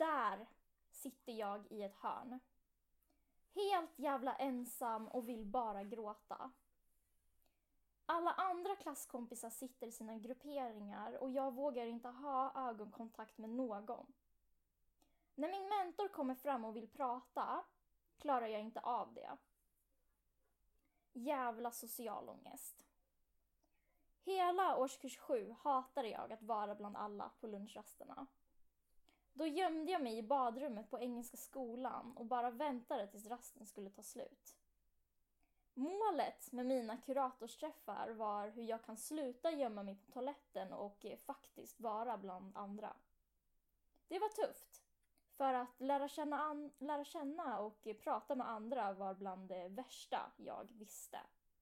där sitter jag i ett hörn. Helt jävla ensam och vill bara gråta. Alla andra klasskompisar sitter i sina grupperingar och jag vågar inte ha ögonkontakt med någon. När min mentor kommer fram och vill prata klarar jag inte av det. Jävla social ångest. Hela årskurs 7 hatade jag att vara bland alla på lunchrasterna. Då gömde jag mig i badrummet på Engelska skolan och bara väntade tills rasten skulle ta slut. Målet med mina kuratorsträffar var hur jag kan sluta gömma mig på toaletten och faktiskt vara bland andra. Det var tufft, för att lära känna och prata med andra var bland det värsta jag visste.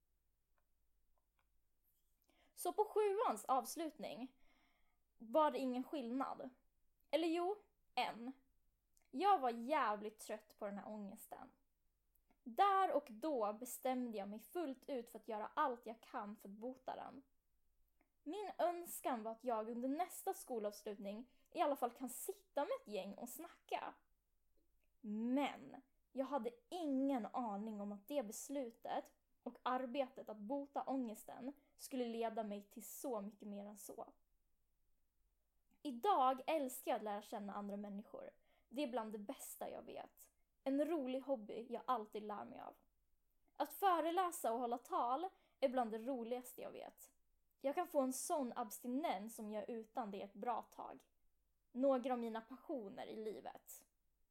Så på 7:ans avslutning var det ingen skillnad. Eller jo, en. Jag var jävligt trött på den här ångesten. Där och då bestämde jag mig fullt ut för att göra allt jag kan för att bota den. Min önskan var att jag under nästa skolavslutning i alla fall kan sitta med ett gäng och snacka. Men jag hade ingen aning om att det beslutet och arbetet att bota ångesten skulle leda mig till så mycket mer än så. Idag älskar jag att lära känna andra människor. Det är bland det bästa jag vet. En rolig hobby jag alltid lär mig av. Att föreläsa och hålla tal är bland det roligaste jag vet. Jag kan få en sån abstinens som jag utan det ett bra tag. Några av mina passioner i livet.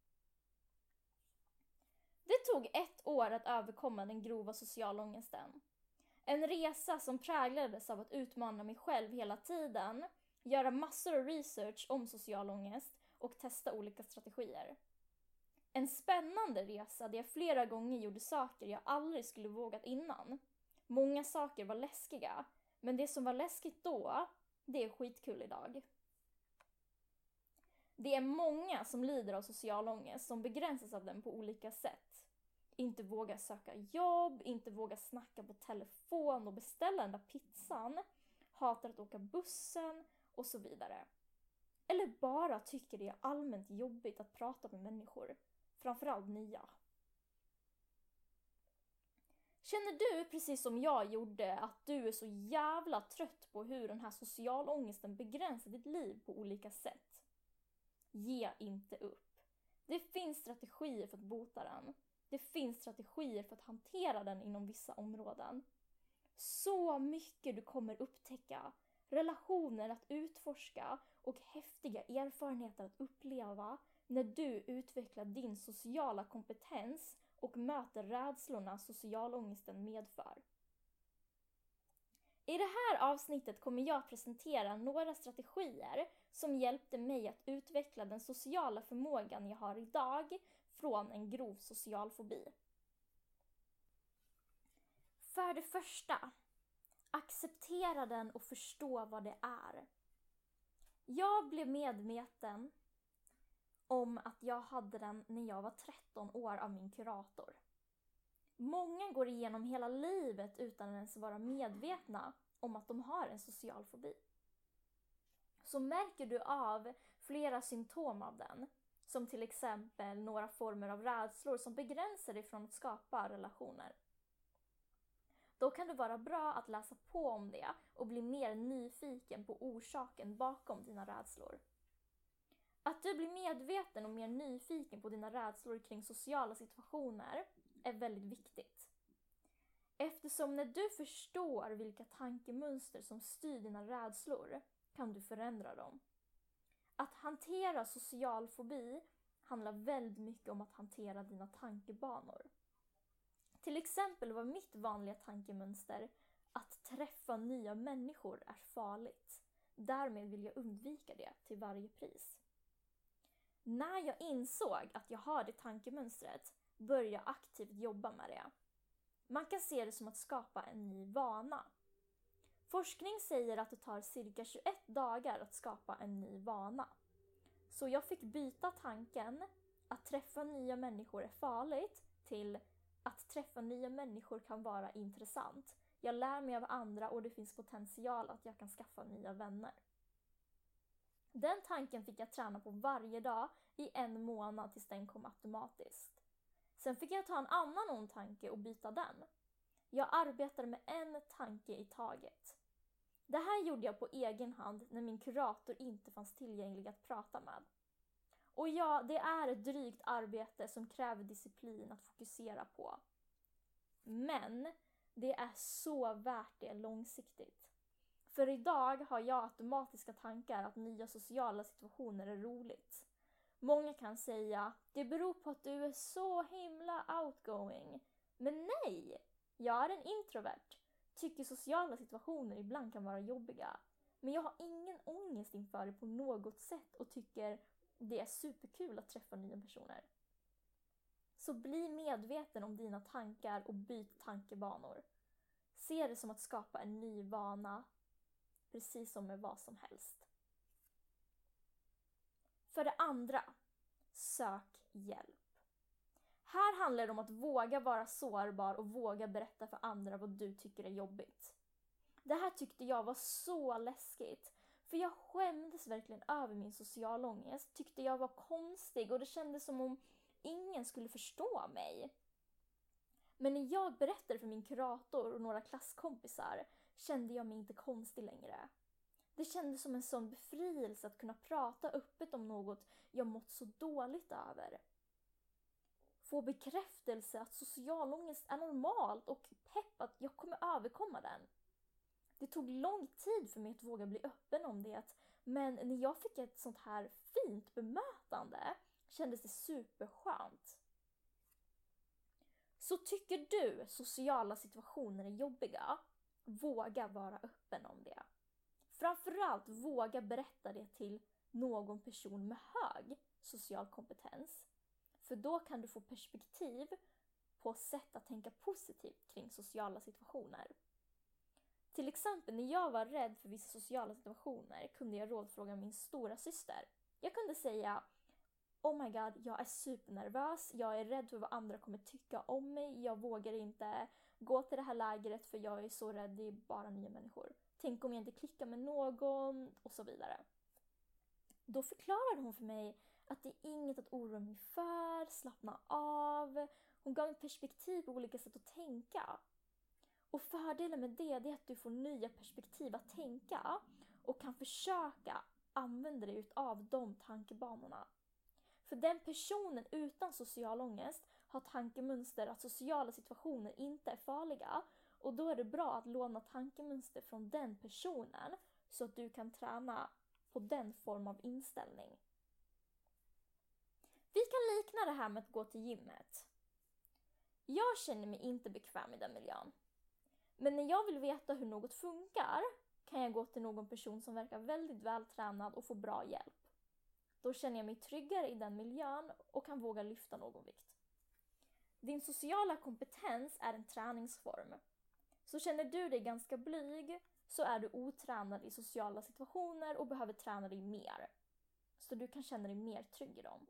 Det tog 1 år att överkomma den grova socialångesten. En resa som präglades av att utmana mig själv hela tiden, göra massor av research om social ångest och testa olika strategier. En spännande resa där jag flera gånger gjorde saker jag aldrig skulle vågat innan. Många saker var läskiga, men det som var läskigt då, det är skitkul idag. Det är många som lider av social ångest som begränsas av den på olika sätt. Inte vågar söka jobb, inte vågar snacka på telefon och beställa den där pizzan, hatar att åka bussen och så vidare. Eller bara tycker det är allmänt jobbigt att prata med människor, framförallt nya. Känner du, precis som jag gjorde, att du är så jävla trött på hur den här socialångesten begränsar ditt liv på olika sätt? Ge inte upp. Det finns strategier för att bota den. Det finns strategier för att hantera den inom vissa områden. Så mycket du kommer upptäcka, relationer att utforska och häftiga erfarenheter att uppleva när du utvecklar din sociala kompetens och möter rädslorna socialångesten medför. I det här avsnittet kommer jag presentera några strategier som hjälpte mig att utveckla den sociala förmågan jag har idag från en grov social fobi. För det första, acceptera den och förstå vad det är. Jag blev medveten om att jag hade den när jag var 13 år av min kurator. Många går igenom hela livet utan att ens vara medvetna om att de har en social fobi. Så märker du av flera symptom av den, som till exempel några former av rädslor som begränsar dig från att skapa relationer. Då kan det vara bra att läsa på om det och bli mer nyfiken på orsaken bakom dina rädslor. Att du blir medveten och mer nyfiken på dina rädslor kring sociala situationer är väldigt viktigt. Eftersom när du förstår vilka tankemönster som styr dina rädslor kan du förändra dem. Att hantera social fobi handlar väldigt mycket om att hantera dina tankebanor. Till exempel var mitt vanliga tankemönster att träffa nya människor är farligt. Därmed vill jag undvika det till varje pris. När jag insåg att jag har det tankemönstret började jag aktivt jobba med det. Man kan se det som att skapa en ny vana. Forskning säger att det tar cirka 21 dagar att skapa en ny vana. Så jag fick byta tanken att träffa nya människor är farligt till att träffa nya människor kan vara intressant. Jag lär mig av andra och det finns potential att jag kan skaffa nya vänner. Den tanken fick jag träna på varje dag i 1 månad tills den kom automatiskt. Sen fick jag ta en annan ond tanke och byta den. Jag arbetade med en tanke i taget. Det här gjorde jag på egen hand när min kurator inte fanns tillgänglig att prata med. Och ja, det är ett drygt arbete som kräver disciplin att fokusera på. Men det är så värt det långsiktigt. För idag har jag automatiska tankar att nya sociala situationer är roligt. Många kan säga, det beror på att du är så himla outgoing. Men nej, jag är en introvert. Tycker sociala situationer ibland kan vara jobbiga. Men jag har ingen ångest inför det på något sätt och tycker det är superkul att träffa nya personer. Så bli medveten om dina tankar och byt tankebanor. Se det som att skapa en ny vana, precis som med vad som helst. För det andra, sök hjälp. Här handlar det om att våga vara sårbar och våga berätta för andra vad du tycker är jobbigt. Det här tyckte jag var så läskigt. För jag skämdes verkligen över min sociala ångest. Tyckte jag var konstig och det kändes som om ingen skulle förstå mig. Men när jag berättade för min kurator och några klasskompisar kände jag mig inte konstig längre. Det kändes som en sån befrielse att kunna prata öppet om något jag mått så dåligt över. Få bekräftelse att social ångest är normalt och pepp att jag kommer överkomma den. Det tog lång tid för mig att våga bli öppen om det, men när jag fick ett sånt här fint bemötande kändes det superskönt. Så tycker du sociala situationer är jobbiga, våga vara öppen om det. Framförallt våga berätta det till någon person med hög social kompetens. För då kan du få perspektiv på sätt att tänka positivt kring sociala situationer. Till exempel när jag var rädd för vissa sociala situationer kunde jag rådfråga min stora syster. Jag kunde säga, oh my god, jag är supernervös, jag är rädd för vad andra kommer tycka om mig, jag vågar inte gå till det här lägret för jag är så rädd, det är bara nya människor. Tänk om jag inte klickar med någon och så vidare. Då förklarade hon för mig att det är inget att oroa mig för, slappna av. Hon gav mig perspektiv på olika sätt att tänka. Och fördelen med det är att du får nya perspektiv att tänka och kan försöka använda dig av de tankebanorna. För den personen utan social ångest har tankemönster att sociala situationer inte är farliga och då är det bra att låna tankemönster från den personen så att du kan träna på den form av inställning. Vi kan likna det här med att gå till gymmet. Jag känner mig inte bekväm i den miljön. Men när jag vill veta hur något funkar kan jag gå till någon person som verkar väldigt vältränad och få bra hjälp. Då känner jag mig tryggare i den miljön och kan våga lyfta någon vikt. Din sociala kompetens är en träningsform. Så känner du dig ganska blyg så är du otränad i sociala situationer och behöver träna dig mer. Så du kan känna dig mer trygg i dem.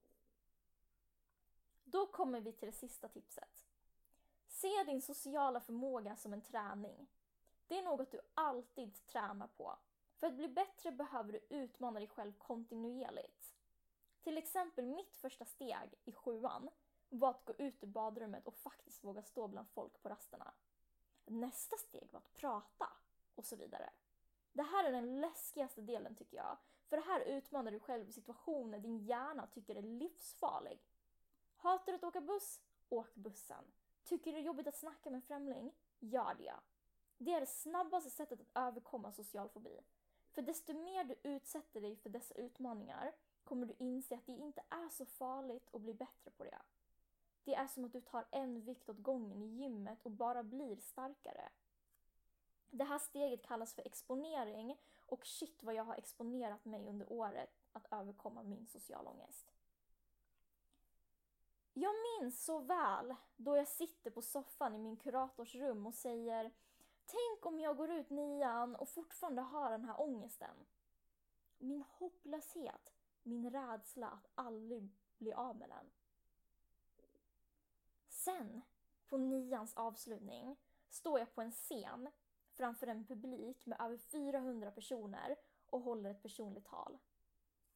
Då kommer vi till det sista tipset. Se din sociala förmåga som en träning. Det är något du alltid tränar på. För att bli bättre behöver du utmana dig själv kontinuerligt. Till exempel mitt första steg i 7:an var att gå ut ur badrummet och faktiskt våga stå bland folk på rasterna. Nästa steg var att prata och så vidare. Det här är den läskigaste delen tycker jag. För det här utmanar du själv i situationer din hjärna tycker är livsfarlig. Hatar du att åka buss? Åk bussen. Tycker du det är jobbigt att snacka med en främling? Gör det. Det är det snabbaste sättet att överkomma social fobi. För desto mer du utsätter dig för dessa utmaningar kommer du inse att det inte är så farligt och bli bättre på det. Det är som att du tar en vikt åt gången i gymmet och bara blir starkare. Det här steget kallas för exponering och shit vad jag har exponerat mig under året att överkomma min social ångest. Jag minns så väl då jag sitter på soffan i min kurators rum och säger tänk om jag går ut 9:an och fortfarande har den här ångesten. Min hopplöshet, min rädsla att aldrig bli av med den. Sen, på 9:ans avslutning, står jag på en scen framför en publik med över 400 personer och håller ett personligt tal.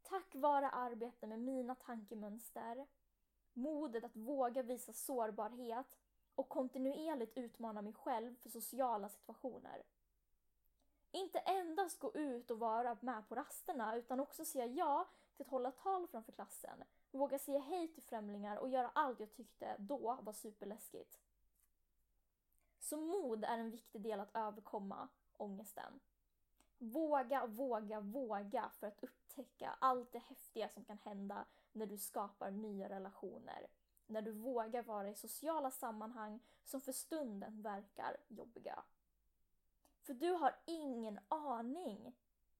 Tack vare arbete med mina tankemönster, modet att våga visa sårbarhet och kontinuerligt utmana mig själv för sociala situationer. Inte endast gå ut och vara med på rasterna utan också säga ja till att hålla tal framför klassen, våga säga hej till främlingar och göra allt jag tyckte då var superläskigt. Så mod är en viktig del att överkomma ångesten. Våga, våga, våga för att upptäcka allt det häftiga som kan hända när du skapar nya relationer. När du vågar vara i sociala sammanhang som för stunden verkar jobbiga. För du har ingen aning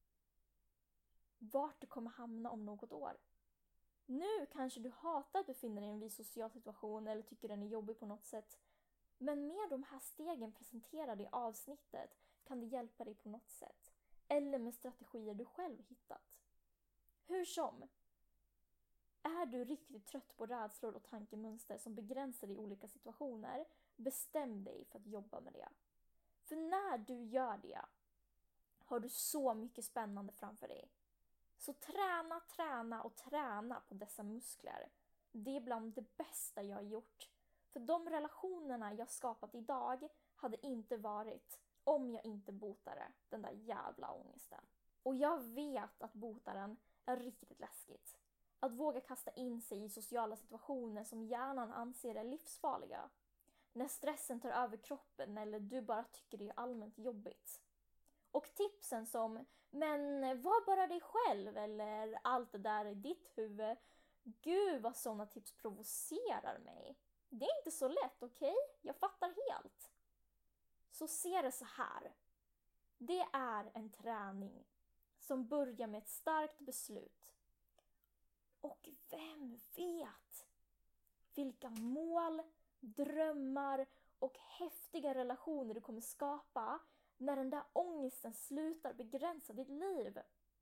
vart du kommer hamna om något år. Nu kanske du hatar att befinna dig i en viss social situation eller tycker den är jobbig på något sätt. Men med de här stegen presenterade i avsnittet kan det hjälpa dig på något sätt. Eller med strategier du själv hittat. Hur som. Är du riktigt trött på rädslor och tankemönster som begränsar dig i olika situationer, bestäm dig för att jobba med det. För när du gör det har du så mycket spännande framför dig. Så träna, träna och träna på dessa muskler. Det är bland det bästa jag har gjort. För de relationerna jag skapat idag hade inte varit om jag inte botade den där jävla ångesten. Och jag vet att botaren är riktigt läskigt. Att våga kasta in sig i sociala situationer som hjärnan anser är livsfarliga. När stressen tar över kroppen eller du bara tycker det är allmänt jobbigt. Och tipsen som, men var bara dig själv eller allt det där i ditt huvud. Gud vad sådana tips provocerar mig. Det är inte så lätt, okej? Jag fattar helt. Så se det så här. Det är en träning som börjar med ett starkt beslut. Och vem vet vilka mål, drömmar och häftiga relationer du kommer skapa när den där ångesten slutar begränsa ditt liv.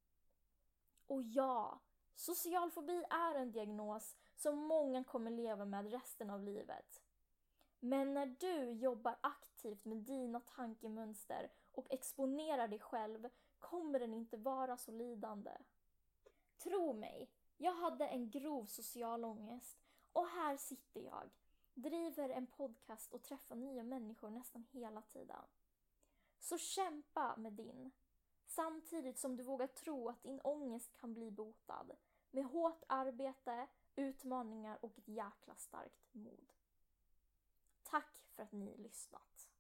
Och ja, social fobi är en diagnos som många kommer leva med resten av livet. Men när du jobbar aktivt med dina tankemönster och exponerar dig själv kommer den inte vara så lidande. Tro mig, jag hade en grov social ångest och här sitter jag, driver en podcast och träffar nya människor nästan hela tiden. Så kämpa med din, samtidigt som du vågar tro att din ångest kan bli botad med hårt arbete, utmaningar och ett jäkla starkt mod. Tack för att ni lyssnat.